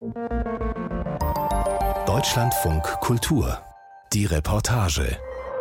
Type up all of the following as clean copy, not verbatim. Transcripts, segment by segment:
Deutschlandfunk Kultur. Die Reportage.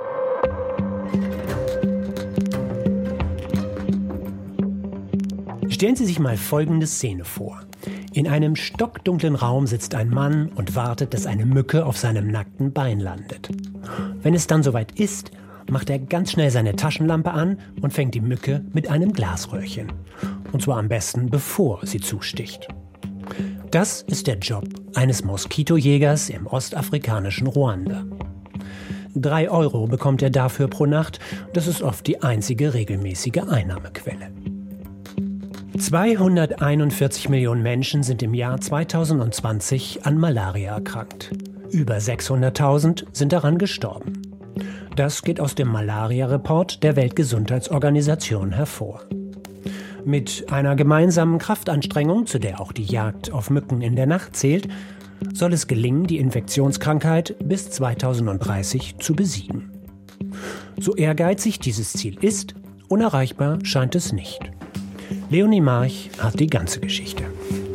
Stellen Sie sich mal folgende Szene vor. In einem stockdunklen Raum sitzt ein Mann und wartet, dass eine Mücke auf seinem nackten Bein landet. Wenn es dann soweit ist, macht er ganz schnell seine Taschenlampe an und fängt die Mücke mit einem Glasröhrchen. Und zwar am besten, bevor sie zusticht. Das ist der Job eines Moskitojägers im ostafrikanischen Ruanda. 3 € bekommt er dafür pro Nacht. Das ist oft die einzige regelmäßige Einnahmequelle. 241 Millionen Menschen sind im Jahr 2020 an Malaria erkrankt. Über 600.000 sind daran gestorben. Das geht aus dem Malaria-Report der Weltgesundheitsorganisation hervor. Mit einer gemeinsamen Kraftanstrengung, zu der auch die Jagd auf Mücken in der Nacht zählt, soll es gelingen, die Infektionskrankheit bis 2030 zu besiegen. So ehrgeizig dieses Ziel ist, unerreichbar scheint es nicht. Leonie March hat die ganze Geschichte.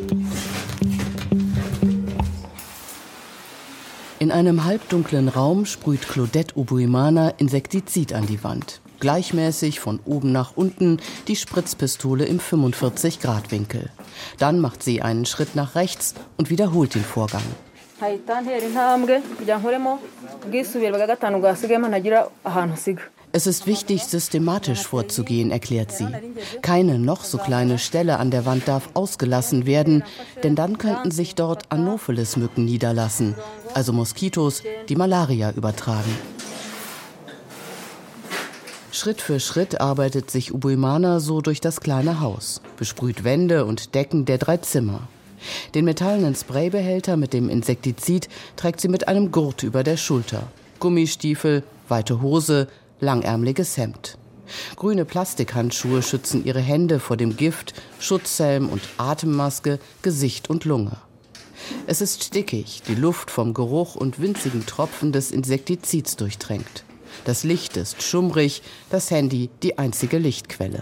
In einem halbdunklen Raum sprüht Claudette Ubuimana Insektizid an die Wand. Gleichmäßig von oben nach unten, die Spritzpistole im 45-Grad-Winkel. Dann macht sie einen Schritt nach rechts und wiederholt den Vorgang. Es ist wichtig, systematisch vorzugehen, erklärt sie. Keine noch so kleine Stelle an der Wand darf ausgelassen werden, denn dann könnten sich dort Anopheles-Mücken niederlassen, also Moskitos, die Malaria übertragen. Schritt für Schritt arbeitet sich Ubuimana so durch das kleine Haus, besprüht Wände und Decken der 3 Zimmer. Den metallenen Spraybehälter mit dem Insektizid trägt sie mit einem Gurt über der Schulter. Gummistiefel, weite Hose, langärmeliges Hemd. Grüne Plastikhandschuhe schützen ihre Hände vor dem Gift, Schutzhelm und Atemmaske, Gesicht und Lunge. Es ist stickig, die Luft vom Geruch und winzigen Tropfen des Insektizids durchtränkt. Das Licht ist schummrig, das Handy die einzige Lichtquelle.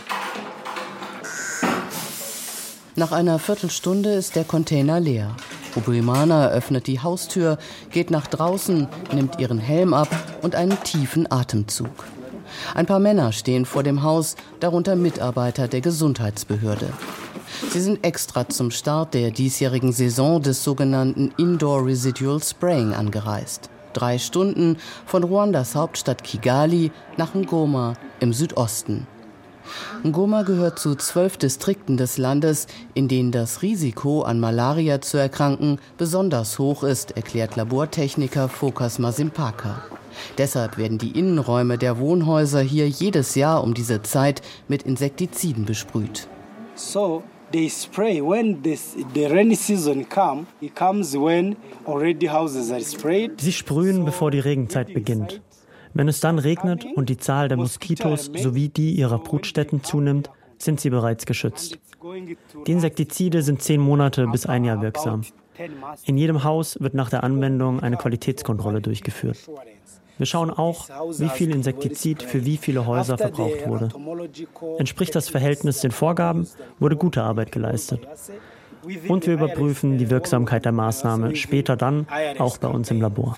Nach einer Viertelstunde ist der Container leer. Ubuimana öffnet die Haustür, geht nach draußen, nimmt ihren Helm ab und einen tiefen Atemzug. Ein paar Männer stehen vor dem Haus, darunter Mitarbeiter der Gesundheitsbehörde. Sie sind extra zum Start der diesjährigen Saison des sogenannten Indoor Residual Spraying angereist. 3 Stunden von Ruandas Hauptstadt Kigali nach Ngoma im Südosten. Ngoma gehört zu 12 Distrikten des Landes, in denen das Risiko, an Malaria zu erkranken, besonders hoch ist, erklärt Labortechniker Phocas Masimpaka. Deshalb werden die Innenräume der Wohnhäuser hier jedes Jahr um diese Zeit mit Insektiziden besprüht. They spray when the rainy season comes when already houses are sprayed. Sie sprühen, bevor die Regenzeit beginnt. Wenn es dann regnet und die Zahl der Moskitos sowie die ihrer Brutstätten zunimmt, sind sie bereits geschützt. Die Insektizide sind 10 Monate bis 1 Jahr wirksam. In jedem Haus wird nach der Anwendung eine Qualitätskontrolle durchgeführt. Wir schauen auch, wie viel Insektizid für wie viele Häuser verbraucht wurde. Entspricht das Verhältnis den Vorgaben, wurde gute Arbeit geleistet. Und wir überprüfen die Wirksamkeit der Maßnahme später dann auch bei uns im Labor.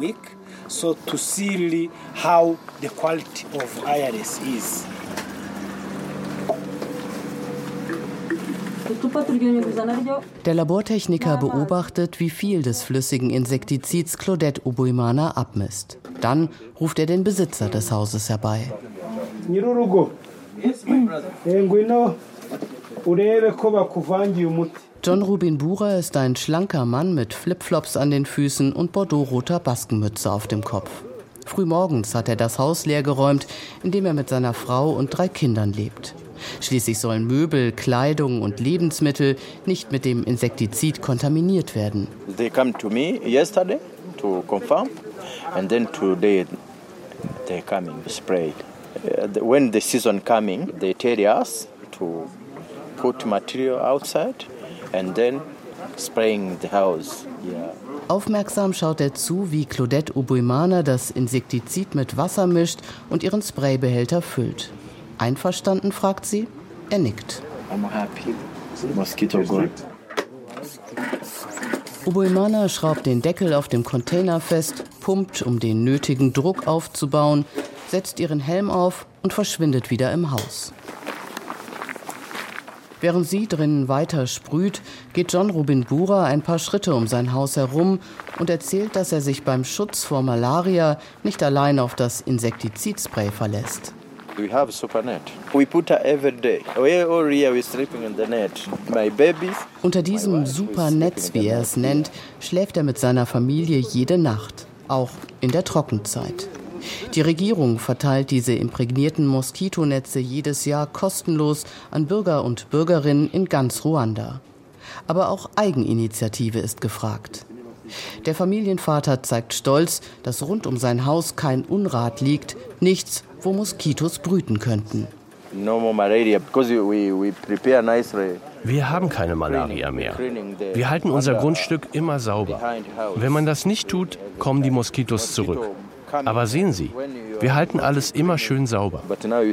Der Labortechniker beobachtet, wie viel des flüssigen Insektizids Claudette Ubuimana abmisst. Dann ruft er den Besitzer des Hauses herbei. John Rubinbura ist ein schlanker Mann mit Flipflops an den Füßen und bordeauxroter Baskenmütze auf dem Kopf. Frühmorgens hat er das Haus leergeräumt, in dem er mit seiner Frau und 3 Kindern lebt. Schließlich sollen Möbel, Kleidung und Lebensmittel nicht mit dem Insektizid kontaminiert werden. They come to me yesterday to confirm, and then today they coming spray. When the season coming, they tell us to put material outside and then spraying the house. Yeah. Aufmerksam schaut er zu, wie Claudette Ubuimana das Insektizid mit Wasser mischt und ihren Spraybehälter füllt. Einverstanden, fragt sie. Er nickt. I'm happy. Mosquito gone. Ubuimana schraubt den Deckel auf dem Container fest, pumpt, um den nötigen Druck aufzubauen, setzt ihren Helm auf und verschwindet wieder im Haus. Während sie drinnen weiter sprüht, geht John Rubinbura ein paar Schritte um sein Haus herum und erzählt, dass er sich beim Schutz vor Malaria nicht allein auf das Insektizidspray verlässt. We have super net. We put her every day. We all here we sleeping in the net. My babies. Unter diesem Supernetz, wie er es nennt, schläft er mit seiner Familie jede Nacht, auch in der Trockenzeit. Die Regierung verteilt diese imprägnierten Moskitonetze jedes Jahr kostenlos an Bürger und Bürgerinnen in ganz Ruanda. Aber auch Eigeninitiative ist gefragt. Der Familienvater zeigt stolz, dass rund um sein Haus kein Unrat liegt, nichts, wo Moskitos brüten könnten. Wir haben keine Malaria mehr. Wir halten unser Grundstück immer sauber. Wenn man das nicht tut, kommen die Moskitos zurück. Aber sehen Sie, wir halten alles immer schön sauber.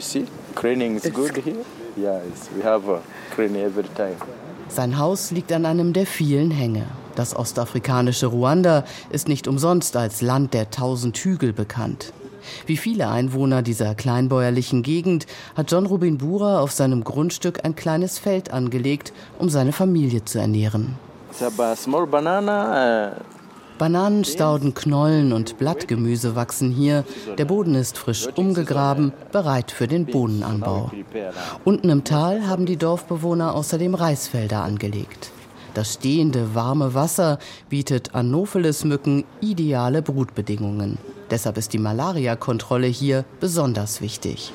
Sein Haus liegt an einem der vielen Hänge. Das ostafrikanische Ruanda ist nicht umsonst als Land der 1000 Hügel bekannt. Wie viele Einwohner dieser kleinbäuerlichen Gegend hat John Rubinbura auf seinem Grundstück ein kleines Feld angelegt, um seine Familie zu ernähren. Bananenstauden, Knollen und Blattgemüse wachsen hier. Der Boden ist frisch umgegraben, bereit für den Bohnenanbau. Unten im Tal haben die Dorfbewohner außerdem Reisfelder angelegt. Das stehende, warme Wasser bietet Anopheles-Mücken ideale Brutbedingungen. Deshalb ist die Malaria-Kontrolle hier besonders wichtig.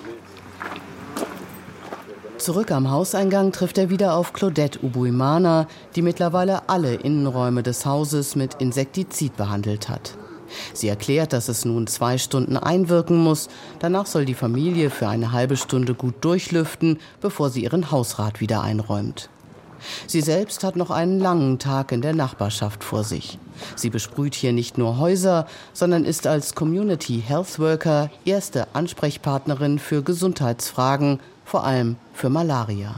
Zurück am Hauseingang trifft er wieder auf Claudette Ubuimana, die mittlerweile alle Innenräume des Hauses mit Insektizid behandelt hat. Sie erklärt, dass es nun 2 Stunden einwirken muss. Danach soll die Familie für eine halbe Stunde gut durchlüften, bevor sie ihren Hausrat wieder einräumt. Sie selbst hat noch einen langen Tag in der Nachbarschaft vor sich. Sie besprüht hier nicht nur Häuser, sondern ist als Community Health Worker erste Ansprechpartnerin für Gesundheitsfragen, vor allem für Malaria.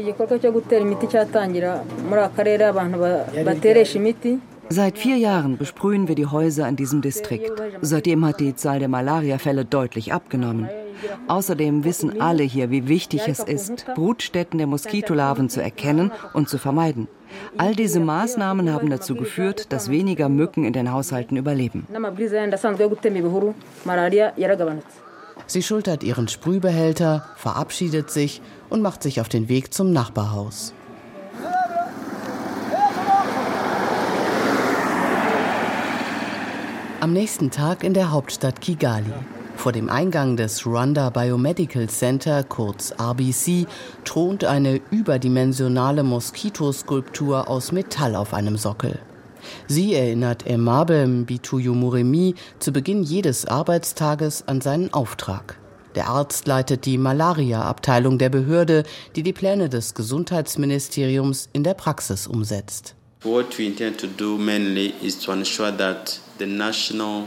Seit 4 Jahren besprühen wir die Häuser in diesem Distrikt. Seitdem hat die Zahl der Malariafälle deutlich abgenommen. Außerdem wissen alle hier, wie wichtig es ist, Brutstätten der Moskitolarven zu erkennen und zu vermeiden. All diese Maßnahmen haben dazu geführt, dass weniger Mücken in den Haushalten überleben. Sie schultert ihren Sprühbehälter, verabschiedet sich und macht sich auf den Weg zum Nachbarhaus. Am nächsten Tag in der Hauptstadt Kigali. Vor dem Eingang des Rwanda Biomedical Center, kurz RBC, thront eine überdimensionale Moskitoskulptur aus Metall auf einem Sockel. Sie erinnert Aimable Mbituyumuremi zu Beginn jedes Arbeitstages an seinen Auftrag. Der Arzt leitet die Malaria-Abteilung der Behörde, die die Pläne des Gesundheitsministeriums in der Praxis umsetzt. What we intend to do mainly is to ensure that the national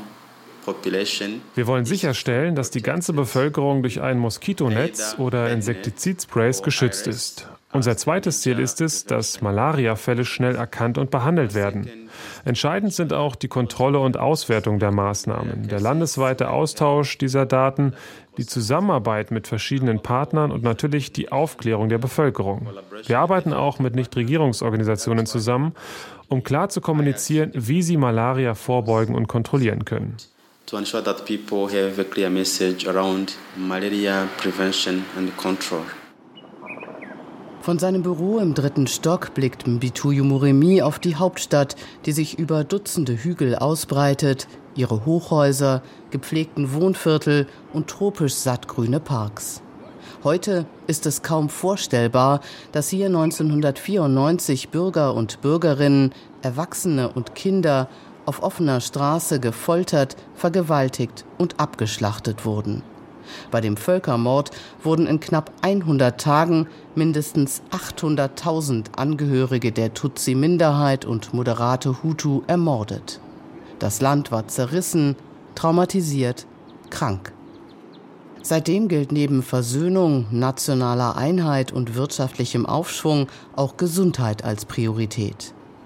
Wir wollen sicherstellen, dass die ganze Bevölkerung durch ein Moskitonetz oder Insektizid-Sprays geschützt ist. Unser zweites Ziel ist es, dass Malariafälle schnell erkannt und behandelt werden. Entscheidend sind auch die Kontrolle und Auswertung der Maßnahmen, der landesweite Austausch dieser Daten, die Zusammenarbeit mit verschiedenen Partnern und natürlich die Aufklärung der Bevölkerung. Wir arbeiten auch mit Nichtregierungsorganisationen zusammen, um klar zu kommunizieren, wie sie Malaria vorbeugen und kontrollieren können. To ensure that people have a clear message around malaria prevention and control. Von seinem Büro im 3. Stock blickt Mbituyumuremi auf die Hauptstadt, die sich über Dutzende Hügel ausbreitet, ihre Hochhäuser, gepflegten Wohnviertel und tropisch sattgrüne Parks. Heute ist es kaum vorstellbar, dass hier 1994 Bürger und Bürgerinnen, Erwachsene und Kinder auf offener Straße gefoltert, vergewaltigt und abgeschlachtet wurden. Bei dem Völkermord wurden in knapp 100 Tagen mindestens 800.000 Angehörige der Tutsi-Minderheit und moderate Hutu ermordet. Das Land war zerrissen, traumatisiert, krank. Seitdem gilt neben Versöhnung, nationaler Einheit und wirtschaftlichem Aufschwung auch Gesundheit als Priorität.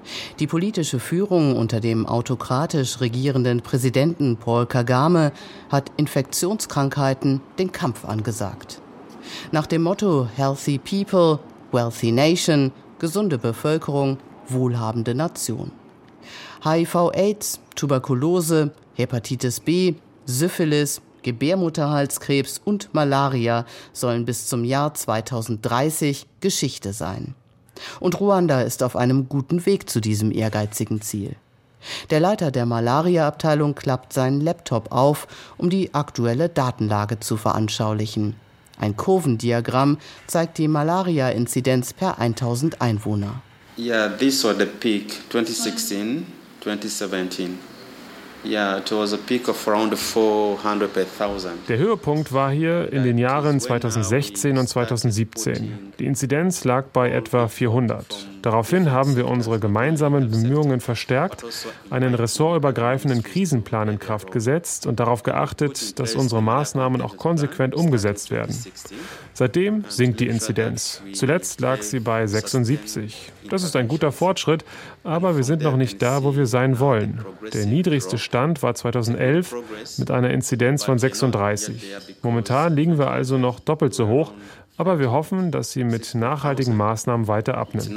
Die politische Führung unter dem autokratisch regierenden Präsidenten Paul Kagame hat Infektionskrankheiten den Kampf angesagt. Nach dem Motto Healthy People, Wealthy Nation, gesunde Bevölkerung, wohlhabende Nation. HIV/AIDS, Tuberkulose, Hepatitis B, Syphilis, Gebärmutterhalskrebs und Malaria sollen bis zum Jahr 2030 Geschichte sein. Und Ruanda ist auf einem guten Weg zu diesem ehrgeizigen Ziel. Der Leiter der Malaria-Abteilung klappt seinen Laptop auf, um die aktuelle Datenlage zu veranschaulichen. Ein Kurvendiagramm zeigt die Malaria-Inzidenz per 1000 Einwohner. Yeah, this was the peak 2016, 2017. Yeah, it was a peak of around 400 per 1000. Der Höhepunkt war hier in den Jahren 2016 und 2017. Die Inzidenz lag bei etwa 400. Daraufhin haben wir unsere gemeinsamen Bemühungen verstärkt, einen ressortübergreifenden Krisenplan in Kraft gesetzt und darauf geachtet, dass unsere Maßnahmen auch konsequent umgesetzt werden. Seitdem sinkt die Inzidenz. Zuletzt lag sie bei 76. Das ist ein guter Fortschritt, aber wir sind noch nicht da, wo wir sein wollen. Der niedrigste Stand war 2011 mit einer Inzidenz von 36. Momentan liegen wir also noch doppelt so hoch, aber wir hoffen, dass sie mit nachhaltigen Maßnahmen weiter abnimmt.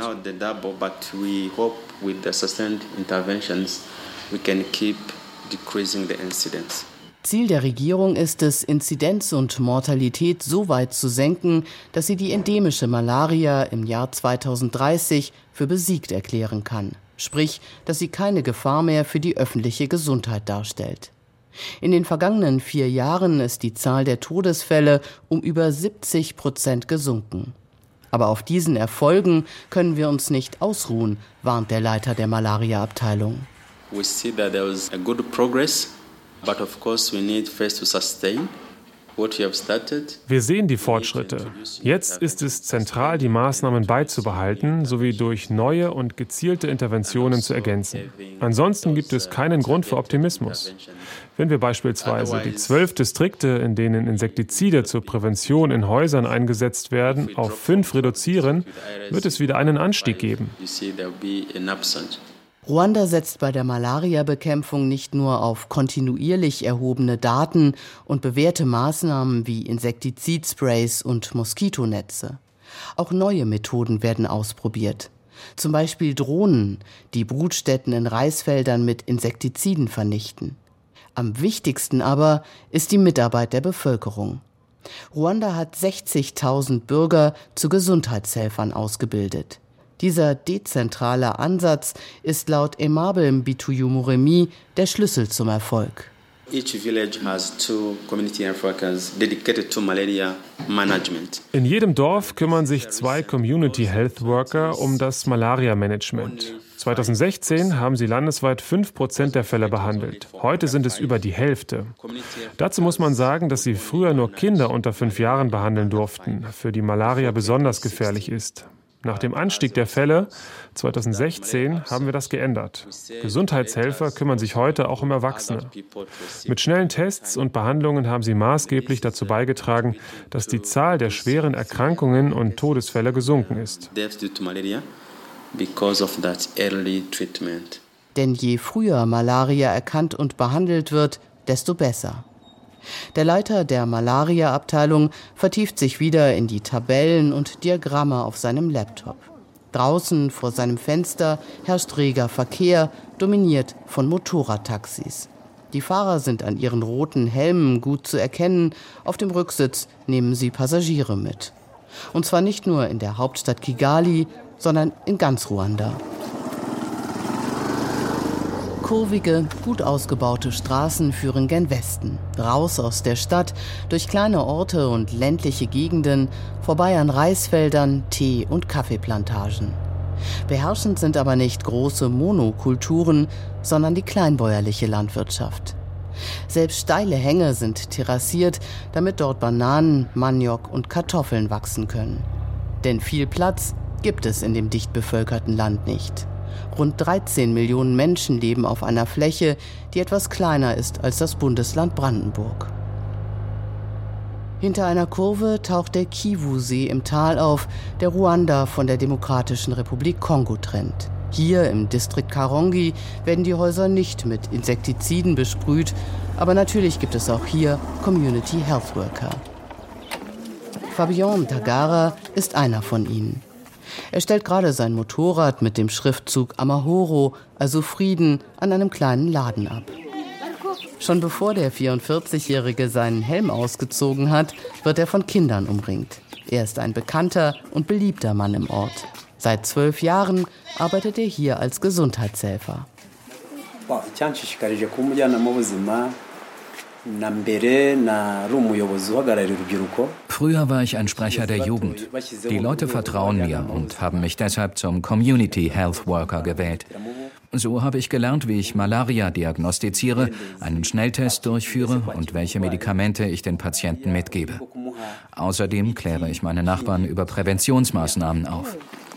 Ziel der Regierung ist es, Inzidenz und Mortalität so weit zu senken, dass sie die endemische Malaria im Jahr 2030 für besiegt erklären kann. Sprich, dass sie keine Gefahr mehr für die öffentliche Gesundheit darstellt. In den vergangenen 4 Jahren ist die Zahl der Todesfälle um über 70% gesunken. Aber auf diesen Erfolgen können wir uns nicht ausruhen, warnt der Leiter der Malaria-Abteilung. We see that there was a good progress, but of course we need first to sustain. Wir sehen die Fortschritte. Jetzt ist es zentral, die Maßnahmen beizubehalten, sowie durch neue und gezielte Interventionen zu ergänzen. Ansonsten gibt es keinen Grund für Optimismus. Wenn wir beispielsweise die 12 Distrikte, in denen Insektizide zur Prävention in Häusern eingesetzt werden, auf 5 reduzieren, wird es wieder einen Anstieg geben. Ruanda setzt bei der Malaria-Bekämpfung nicht nur auf kontinuierlich erhobene Daten und bewährte Maßnahmen wie Insektizidsprays und Moskitonetze. Auch neue Methoden werden ausprobiert. Zum Beispiel Drohnen, die Brutstätten in Reisfeldern mit Insektiziden vernichten. Am wichtigsten aber ist die Mitarbeit der Bevölkerung. Ruanda hat 60.000 Bürger zu Gesundheitshelfern ausgebildet. Dieser dezentrale Ansatz ist laut Aimable Mbituyumuremi der Schlüssel zum Erfolg. In jedem Dorf kümmern sich 2 Community Health Worker um das Malaria-Management. 2016 haben sie landesweit 5% der Fälle behandelt. Heute sind es über die Hälfte. Dazu muss man sagen, dass sie früher nur Kinder unter 5 Jahren behandeln durften, für die Malaria besonders gefährlich ist. Nach dem Anstieg der Fälle 2016 haben wir das geändert. Gesundheitshelfer kümmern sich heute auch um Erwachsene. Mit schnellen Tests und Behandlungen haben sie maßgeblich dazu beigetragen, dass die Zahl der schweren Erkrankungen und Todesfälle gesunken ist. Denn je früher Malaria erkannt und behandelt wird, desto besser. Der Leiter der Malaria-Abteilung vertieft sich wieder in die Tabellen und Diagramme auf seinem Laptop. Draußen vor seinem Fenster herrscht reger Verkehr, dominiert von Motorradtaxis. Die Fahrer sind an ihren roten Helmen gut zu erkennen, auf dem Rücksitz nehmen sie Passagiere mit. Und zwar nicht nur in der Hauptstadt Kigali, sondern in ganz Ruanda. Kurvige, gut ausgebaute Straßen führen gen Westen, raus aus der Stadt, durch kleine Orte und ländliche Gegenden, vorbei an Reisfeldern, Tee- und Kaffeeplantagen. Beherrschend sind aber nicht große Monokulturen, sondern die kleinbäuerliche Landwirtschaft. Selbst steile Hänge sind terrassiert, damit dort Bananen, Maniok und Kartoffeln wachsen können. Denn viel Platz gibt es in dem dicht bevölkerten Land nicht. Rund 13 Millionen Menschen leben auf einer Fläche, die etwas kleiner ist als das Bundesland Brandenburg. Hinter einer Kurve taucht der Kivu-See im Tal auf, der Ruanda von der Demokratischen Republik Kongo trennt. Hier im Distrikt Karongi werden die Häuser nicht mit Insektiziden besprüht, aber natürlich gibt es auch hier Community Health Worker. Fabian Tagara ist einer von ihnen. Er stellt gerade sein Motorrad mit dem Schriftzug Amahoro, also Frieden, an einem kleinen Laden ab. Schon bevor der 44-Jährige seinen Helm ausgezogen hat, wird er von Kindern umringt. Er ist ein bekannter und beliebter Mann im Ort. Seit 12 Jahren arbeitet er hier als Gesundheitshelfer. Früher war ich ein Sprecher der Jugend. Die Leute vertrauen mir und haben mich deshalb zum Community Health Worker gewählt. So habe ich gelernt, wie ich Malaria diagnostiziere, einen Schnelltest durchführe und welche Medikamente ich den Patienten mitgebe. Außerdem kläre ich meine Nachbarn über Präventionsmaßnahmen auf.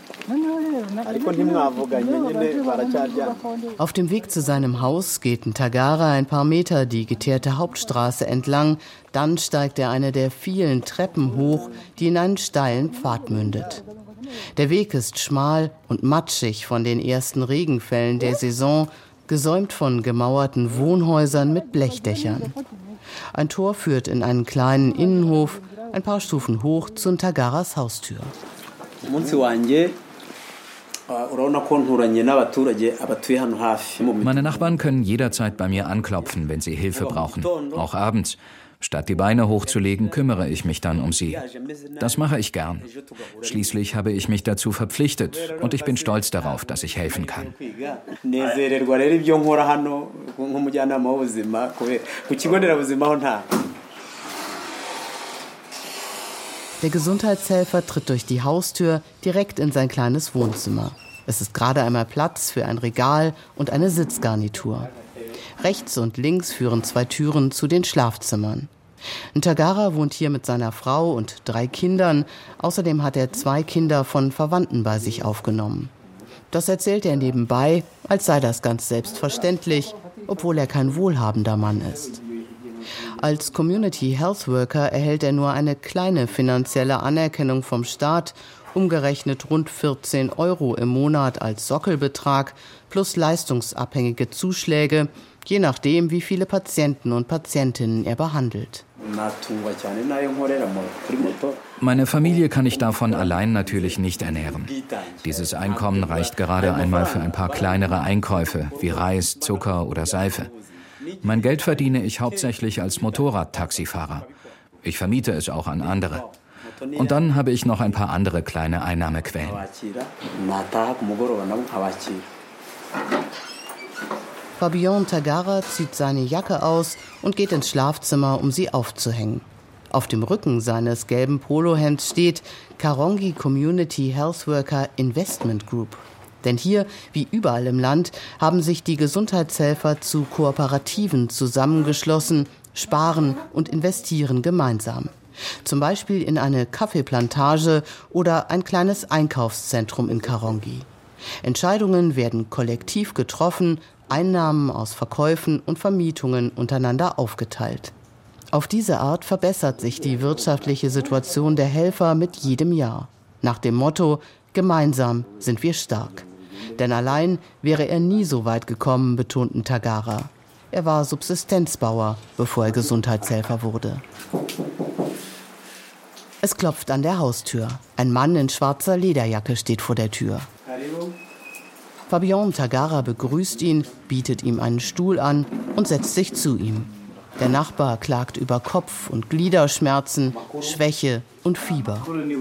Auf dem Weg zu seinem Haus geht Tagara ein paar Meter die geteerte Hauptstraße entlang. Dann steigt er eine der vielen Treppen hoch, die in einen steilen Pfad mündet. Der Weg ist schmal und matschig von den ersten Regenfällen der Saison, gesäumt von gemauerten Wohnhäusern mit Blechdächern. Ein Tor führt in einen kleinen Innenhof, ein paar Stufen hoch zu Tagaras Haustür. Meine Nachbarn können jederzeit bei mir anklopfen, wenn sie Hilfe brauchen, auch abends. Statt die Beine hochzulegen, kümmere ich mich dann um sie. Das mache ich gern. Schließlich habe ich mich dazu verpflichtet und ich bin stolz darauf, dass ich helfen kann. Der Gesundheitshelfer tritt durch die Haustür direkt in sein kleines Wohnzimmer. Es ist gerade einmal Platz für ein Regal und eine Sitzgarnitur. Rechts und links führen 2 Türen zu den Schlafzimmern. Tagara wohnt hier mit seiner Frau und 3 Kindern. Außerdem hat er 2 Kinder von Verwandten bei sich aufgenommen. Das erzählt er nebenbei, als sei das ganz selbstverständlich, obwohl er kein wohlhabender Mann ist. Als Community Health Worker erhält er nur eine kleine finanzielle Anerkennung vom Staat, umgerechnet rund 14 € im Monat als Sockelbetrag plus leistungsabhängige Zuschläge, je nachdem, wie viele Patienten und Patientinnen er behandelt. Meine Familie kann ich davon allein natürlich nicht ernähren. Dieses Einkommen reicht gerade einmal für ein paar kleinere Einkäufe, wie Reis, Zucker oder Seife. Mein Geld verdiene ich hauptsächlich als Motorradtaxifahrer. Ich vermiete es auch an andere. Und dann habe ich noch ein paar andere kleine Einnahmequellen. Fabian Tagara zieht seine Jacke aus und geht ins Schlafzimmer, um sie aufzuhängen. Auf dem Rücken seines gelben Polohemds steht Karongi Community Health Worker Investment Group. Denn hier, wie überall im Land, haben sich die Gesundheitshelfer zu Kooperativen zusammengeschlossen, sparen und investieren gemeinsam. Zum Beispiel in eine Kaffeeplantage oder ein kleines Einkaufszentrum in Karongi. Entscheidungen werden kollektiv getroffen, Einnahmen aus Verkäufen und Vermietungen untereinander aufgeteilt. Auf diese Art verbessert sich die wirtschaftliche Situation der Helfer mit jedem Jahr. Nach dem Motto: Gemeinsam sind wir stark. Denn allein wäre er nie so weit gekommen, betonten Tagara. Er war Subsistenzbauer, bevor er Gesundheitshelfer wurde. Es klopft an der Haustür. Ein Mann in schwarzer Lederjacke steht vor der Tür. Fabian Tagara begrüßt ihn, bietet ihm einen Stuhl an und setzt sich zu ihm. Der Nachbar klagt über Kopf- und Gliederschmerzen, Schwäche und Fieber.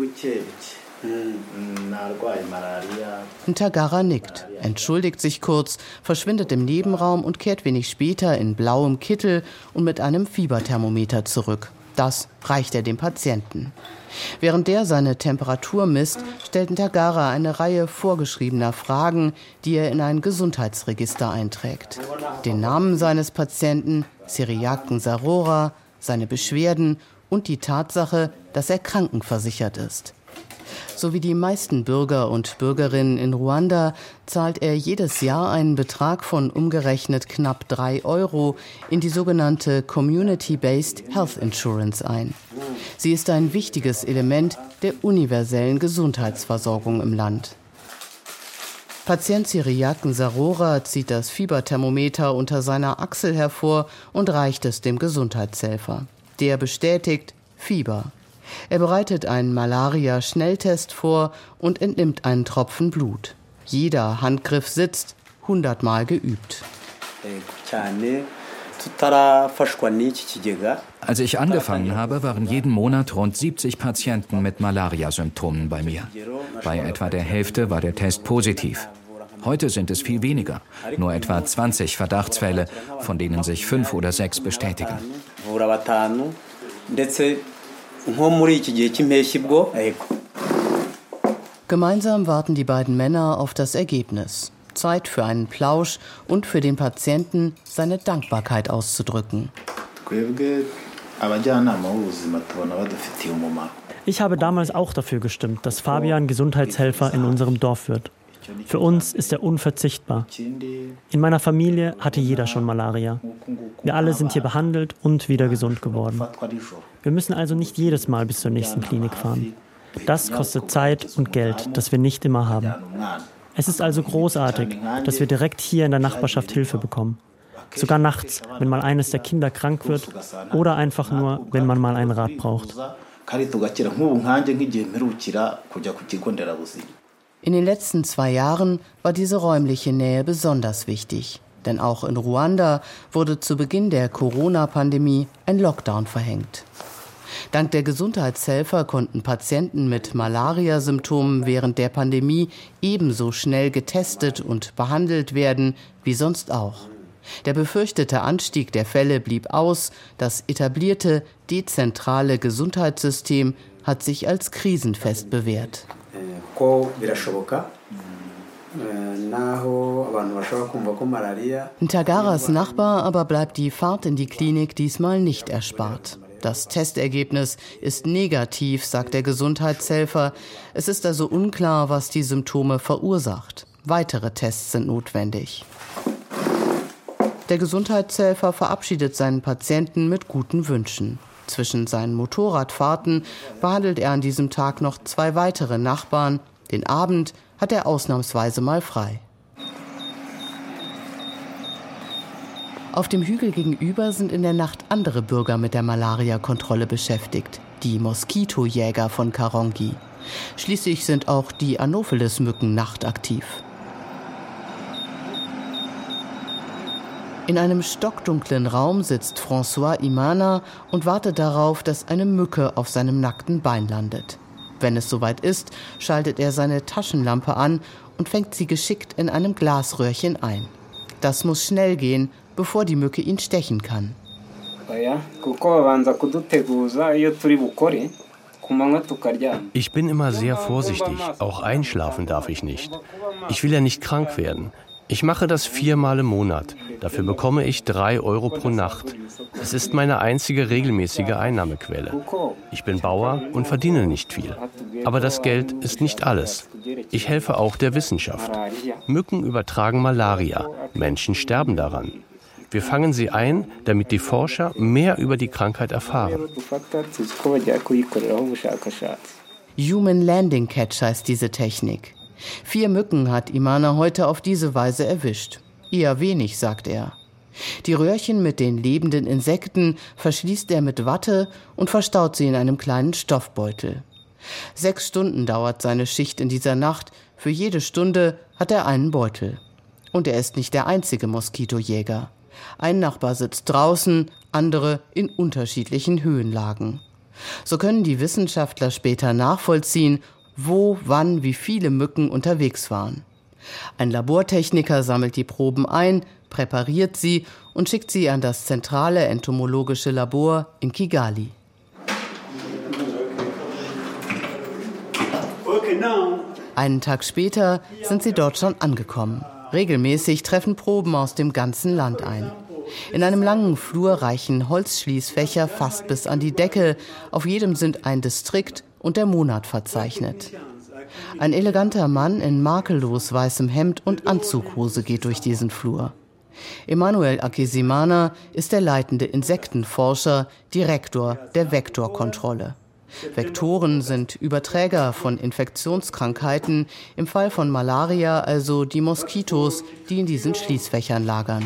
Tagara nickt, entschuldigt sich kurz, verschwindet im Nebenraum und kehrt wenig später in blauem Kittel und mit einem Fieberthermometer zurück. Das reicht er dem Patienten. Während der seine Temperatur misst, stellt Tagara eine Reihe vorgeschriebener Fragen, die er in ein Gesundheitsregister einträgt. Den Namen seines Patienten, Cyriaque Nsarora, seine Beschwerden und die Tatsache, dass er krankenversichert ist. So wie die meisten Bürger und Bürgerinnen in Ruanda zahlt er jedes Jahr einen Betrag von umgerechnet knapp 3 € in die sogenannte Community-Based Health Insurance ein. Sie ist ein wichtiges Element der universellen Gesundheitsversorgung im Land. Patient Cyriaque Nsarora zieht das Fieberthermometer unter seiner Achsel hervor und reicht es dem Gesundheitshelfer. Der bestätigt Fieber. Er bereitet einen Malaria-Schnelltest vor und entnimmt einen Tropfen Blut. Jeder Handgriff sitzt, 100-mal geübt. Als ich angefangen habe, waren jeden Monat rund 70 Patienten mit Malaria-Symptomen bei mir. Bei etwa der Hälfte war der Test positiv. Heute sind es viel weniger, nur etwa 20 Verdachtsfälle, von denen sich 5 oder 6 bestätigen. Gemeinsam warten die beiden Männer auf das Ergebnis. Zeit für einen Plausch und für den Patienten seine Dankbarkeit auszudrücken. Ich habe damals auch dafür gestimmt, dass Fabian Gesundheitshelfer in unserem Dorf wird. Für uns ist er unverzichtbar. In meiner Familie hatte jeder schon Malaria. Wir alle sind hier behandelt und wieder gesund geworden. Wir müssen also nicht jedes Mal bis zur nächsten Klinik fahren. Das kostet Zeit und Geld, das wir nicht immer haben. Es ist also großartig, dass wir direkt hier in der Nachbarschaft Hilfe bekommen. Sogar nachts, wenn mal eines der Kinder krank wird oder einfach nur, wenn man mal einen Rat braucht. In den letzten 2 Jahren war diese räumliche Nähe besonders wichtig. Denn auch in Ruanda wurde zu Beginn der Corona-Pandemie ein Lockdown verhängt. Dank der Gesundheitshelfer konnten Patienten mit Malaria-Symptomen während der Pandemie ebenso schnell getestet und behandelt werden wie sonst auch. Der befürchtete Anstieg der Fälle blieb aus. Das etablierte, dezentrale Gesundheitssystem hat sich als krisenfest bewährt. Ntagaras Nachbar aber bleibt die Fahrt in die Klinik diesmal nicht erspart. Das Testergebnis ist negativ, sagt der Gesundheitshelfer. Es ist also unklar, was die Symptome verursacht. Weitere Tests sind notwendig. Der Gesundheitshelfer verabschiedet seinen Patienten mit guten Wünschen. Zwischen seinen Motorradfahrten behandelt er an diesem Tag noch 2 weitere Nachbarn. Den Abend hat er ausnahmsweise mal frei. Auf dem Hügel gegenüber sind in der Nacht andere Bürger mit der Malaria-Kontrolle beschäftigt. Die Moskitojäger von Karongi. Schließlich sind auch die Anopheles-Mücken nachtaktiv. In einem stockdunklen Raum sitzt François Imana und wartet darauf, dass eine Mücke auf seinem nackten Bein landet. Wenn es soweit ist, schaltet er seine Taschenlampe an und fängt sie geschickt in einem Glasröhrchen ein. Das muss schnell gehen, bevor die Mücke ihn stechen kann. Ich bin immer sehr vorsichtig, auch einschlafen darf ich nicht. Ich will ja nicht krank werden. Ich mache das 4-mal im Monat. Dafür bekomme ich 3 Euro pro Nacht. Es ist meine einzige regelmäßige Einnahmequelle. Ich bin Bauer und verdiene nicht viel. Aber das Geld ist nicht alles. Ich helfe auch der Wissenschaft. Mücken übertragen Malaria. Menschen sterben daran. Wir fangen sie ein, damit die Forscher mehr über die Krankheit erfahren. Human Landing Catch heißt diese Technik. 4 Mücken hat Imana heute auf diese Weise erwischt. Eher wenig, sagt er. Die Röhrchen mit den lebenden Insekten verschließt er mit Watte und verstaut sie in einem kleinen Stoffbeutel. 6 Stunden dauert seine Schicht in dieser Nacht. Für jede Stunde hat er einen Beutel. Und er ist nicht der einzige Moskitojäger. Ein Nachbar sitzt draußen, andere in unterschiedlichen Höhenlagen. So können die Wissenschaftler später nachvollziehen, wo, wann, wie viele Mücken unterwegs waren. Ein Labortechniker sammelt die Proben ein, präpariert sie und schickt sie an das zentrale entomologische Labor in Kigali. Einen Tag später sind sie dort schon angekommen. Regelmäßig treffen Proben aus dem ganzen Land ein. In einem langen Flur reichen Holzschließfächer fast bis an die Decke. Auf jedem sind ein Distrikt und der Monat verzeichnet. Ein eleganter Mann in makellos weißem Hemd und Anzughose geht durch diesen Flur. Emmanuel Akisimana ist der leitende Insektenforscher, Direktor der Vektorkontrolle. Vektoren sind Überträger von Infektionskrankheiten, im Fall von Malaria also die Moskitos, die in diesen Schließfächern lagern.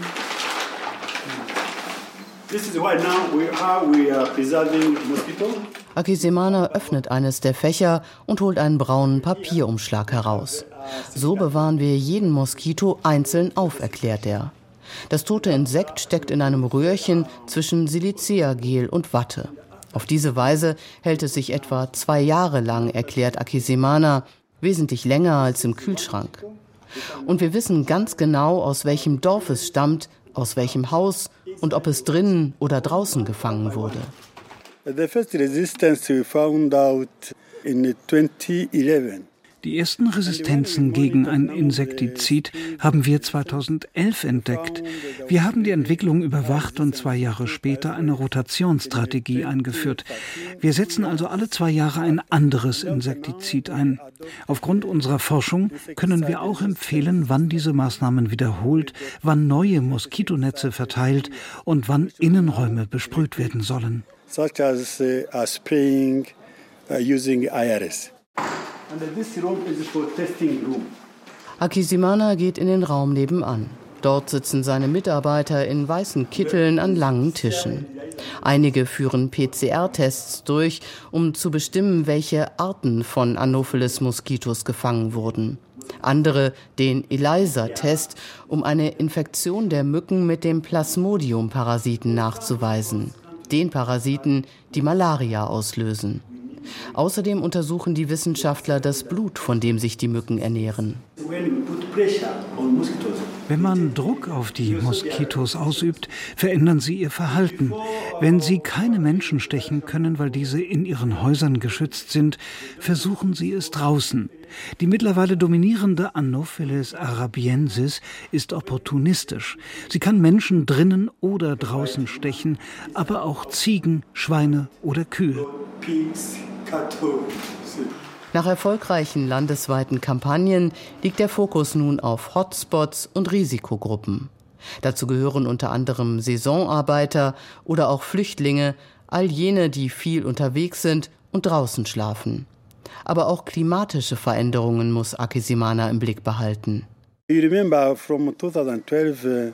Akisemana öffnet eines der Fächer und holt einen braunen Papierumschlag heraus. So bewahren wir jeden Moskito einzeln auf, erklärt er. Das tote Insekt steckt in einem Röhrchen zwischen Siliceagel und Watte. Auf diese Weise hält es sich etwa 2 Jahre lang, erklärt Akisemana, wesentlich länger als im Kühlschrank. Und wir wissen ganz genau, aus welchem Dorf es stammt, aus welchem Haus und ob es drinnen oder draußen gefangen wurde. The first resistance we found out in 2011. Die ersten Resistenzen gegen ein Insektizid haben wir 2011 entdeckt. Wir haben die Entwicklung überwacht und 2 Jahre später eine Rotationsstrategie eingeführt. Wir setzen also alle 2 Jahre ein anderes Insektizid ein. Aufgrund unserer Forschung können wir auch empfehlen, wann diese Maßnahmen wiederholt, wann neue Moskitonetze verteilt und wann Innenräume besprüht werden sollen. Such as spraying using IRS. Akisemana geht in den Raum nebenan. Dort sitzen seine Mitarbeiter in weißen Kitteln an langen Tischen. Einige führen PCR-Tests durch, um zu bestimmen, welche Arten von Anopheles-Moskitos gefangen wurden. Andere den ELISA-Test, um eine Infektion der Mücken mit dem Plasmodium-Parasiten nachzuweisen. Den Parasiten, die Malaria auslösen. Außerdem untersuchen die Wissenschaftler das Blut, von dem sich die Mücken ernähren. Wenn man Druck auf die Moskitos ausübt, verändern sie ihr Verhalten. Wenn sie keine Menschen stechen können, weil diese in ihren Häusern geschützt sind, versuchen sie es draußen. Die mittlerweile dominierende Anopheles arabiensis ist opportunistisch. Sie kann Menschen drinnen oder draußen stechen, aber auch Ziegen, Schweine oder Kühe. Nach erfolgreichen landesweiten Kampagnen liegt der Fokus nun auf Hotspots und Risikogruppen. Dazu gehören unter anderem Saisonarbeiter oder auch Flüchtlinge, all jene, die viel unterwegs sind und draußen schlafen. Aber auch klimatische Veränderungen muss Akisemana im Blick behalten. You remember from 2012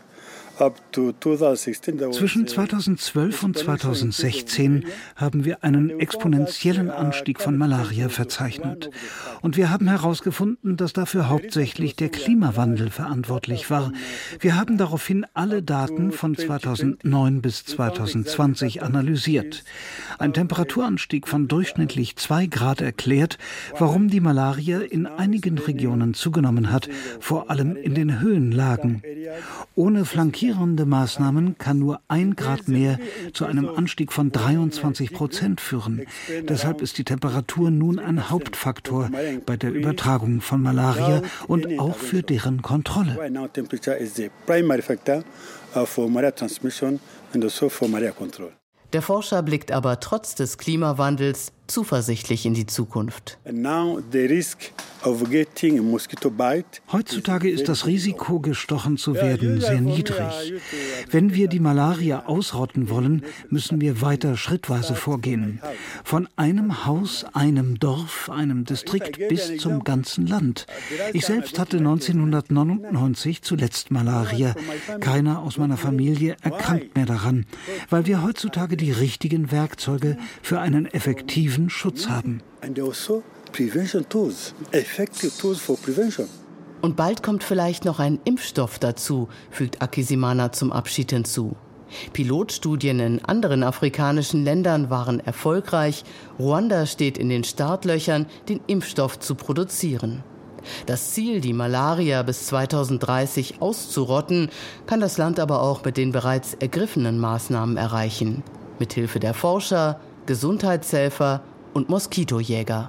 Zwischen 2012 und 2016 haben wir einen exponentiellen Anstieg von Malaria verzeichnet. Und wir haben herausgefunden, dass dafür hauptsächlich der Klimawandel verantwortlich war. Wir haben daraufhin alle Daten von 2009 bis 2020 analysiert. Ein Temperaturanstieg von durchschnittlich 2 Grad erklärt, warum die Malaria in einigen Regionen zugenommen hat, vor allem in den Höhenlagen. Ohne flankierende Maßnahmen kann nur 1 Grad mehr zu einem Anstieg von 23% führen. Deshalb ist die Temperatur nun ein Hauptfaktor bei der Übertragung von Malaria und auch für deren Kontrolle. Der Forscher blickt aber trotz des Klimawandels zuversichtlich in die Zukunft. Heutzutage ist das Risiko, gestochen zu werden, sehr niedrig. Wenn wir die Malaria ausrotten wollen, müssen wir weiter schrittweise vorgehen. Von einem Haus, einem Dorf, einem Distrikt bis zum ganzen Land. Ich selbst hatte 1999 zuletzt Malaria. Keiner aus meiner Familie erkrankt mehr daran, weil wir heutzutage die richtigen Werkzeuge für einen effektiven Schutz haben. Und bald kommt vielleicht noch ein Impfstoff dazu, fügt Akisemana zum Abschied hinzu. Pilotstudien in anderen afrikanischen Ländern waren erfolgreich. Ruanda steht in den Startlöchern, den Impfstoff zu produzieren. Das Ziel, die Malaria bis 2030 auszurotten, kann das Land aber auch mit den bereits ergriffenen Maßnahmen erreichen. Mithilfe der Forscher, Gesundheitshelfer und Moskitojäger.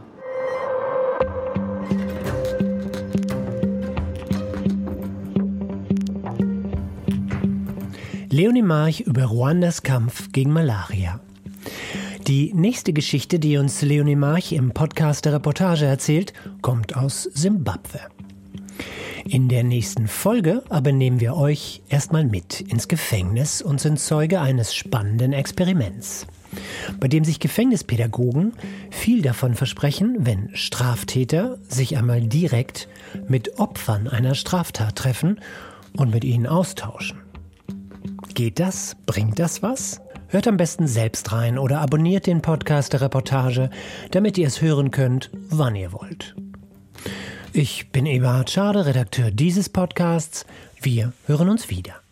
Leonie March über Ruandas Kampf gegen Malaria. Die nächste Geschichte, die uns Leonie March im Podcast der Reportage erzählt, kommt aus Simbabwe. In der nächsten Folge aber nehmen wir euch erstmal mit ins Gefängnis und sind Zeuge eines spannenden Experiments. bei dem sich Gefängnispädagogen viel davon versprechen, wenn Straftäter sich einmal direkt mit Opfern einer Straftat treffen und mit ihnen austauschen. Geht das? Bringt das was? Hört am besten selbst rein oder abonniert den Podcast der Reportage, damit ihr es hören könnt, wann ihr wollt. Ich bin Eberhard Schade, Redakteur dieses Podcasts. Wir hören uns wieder.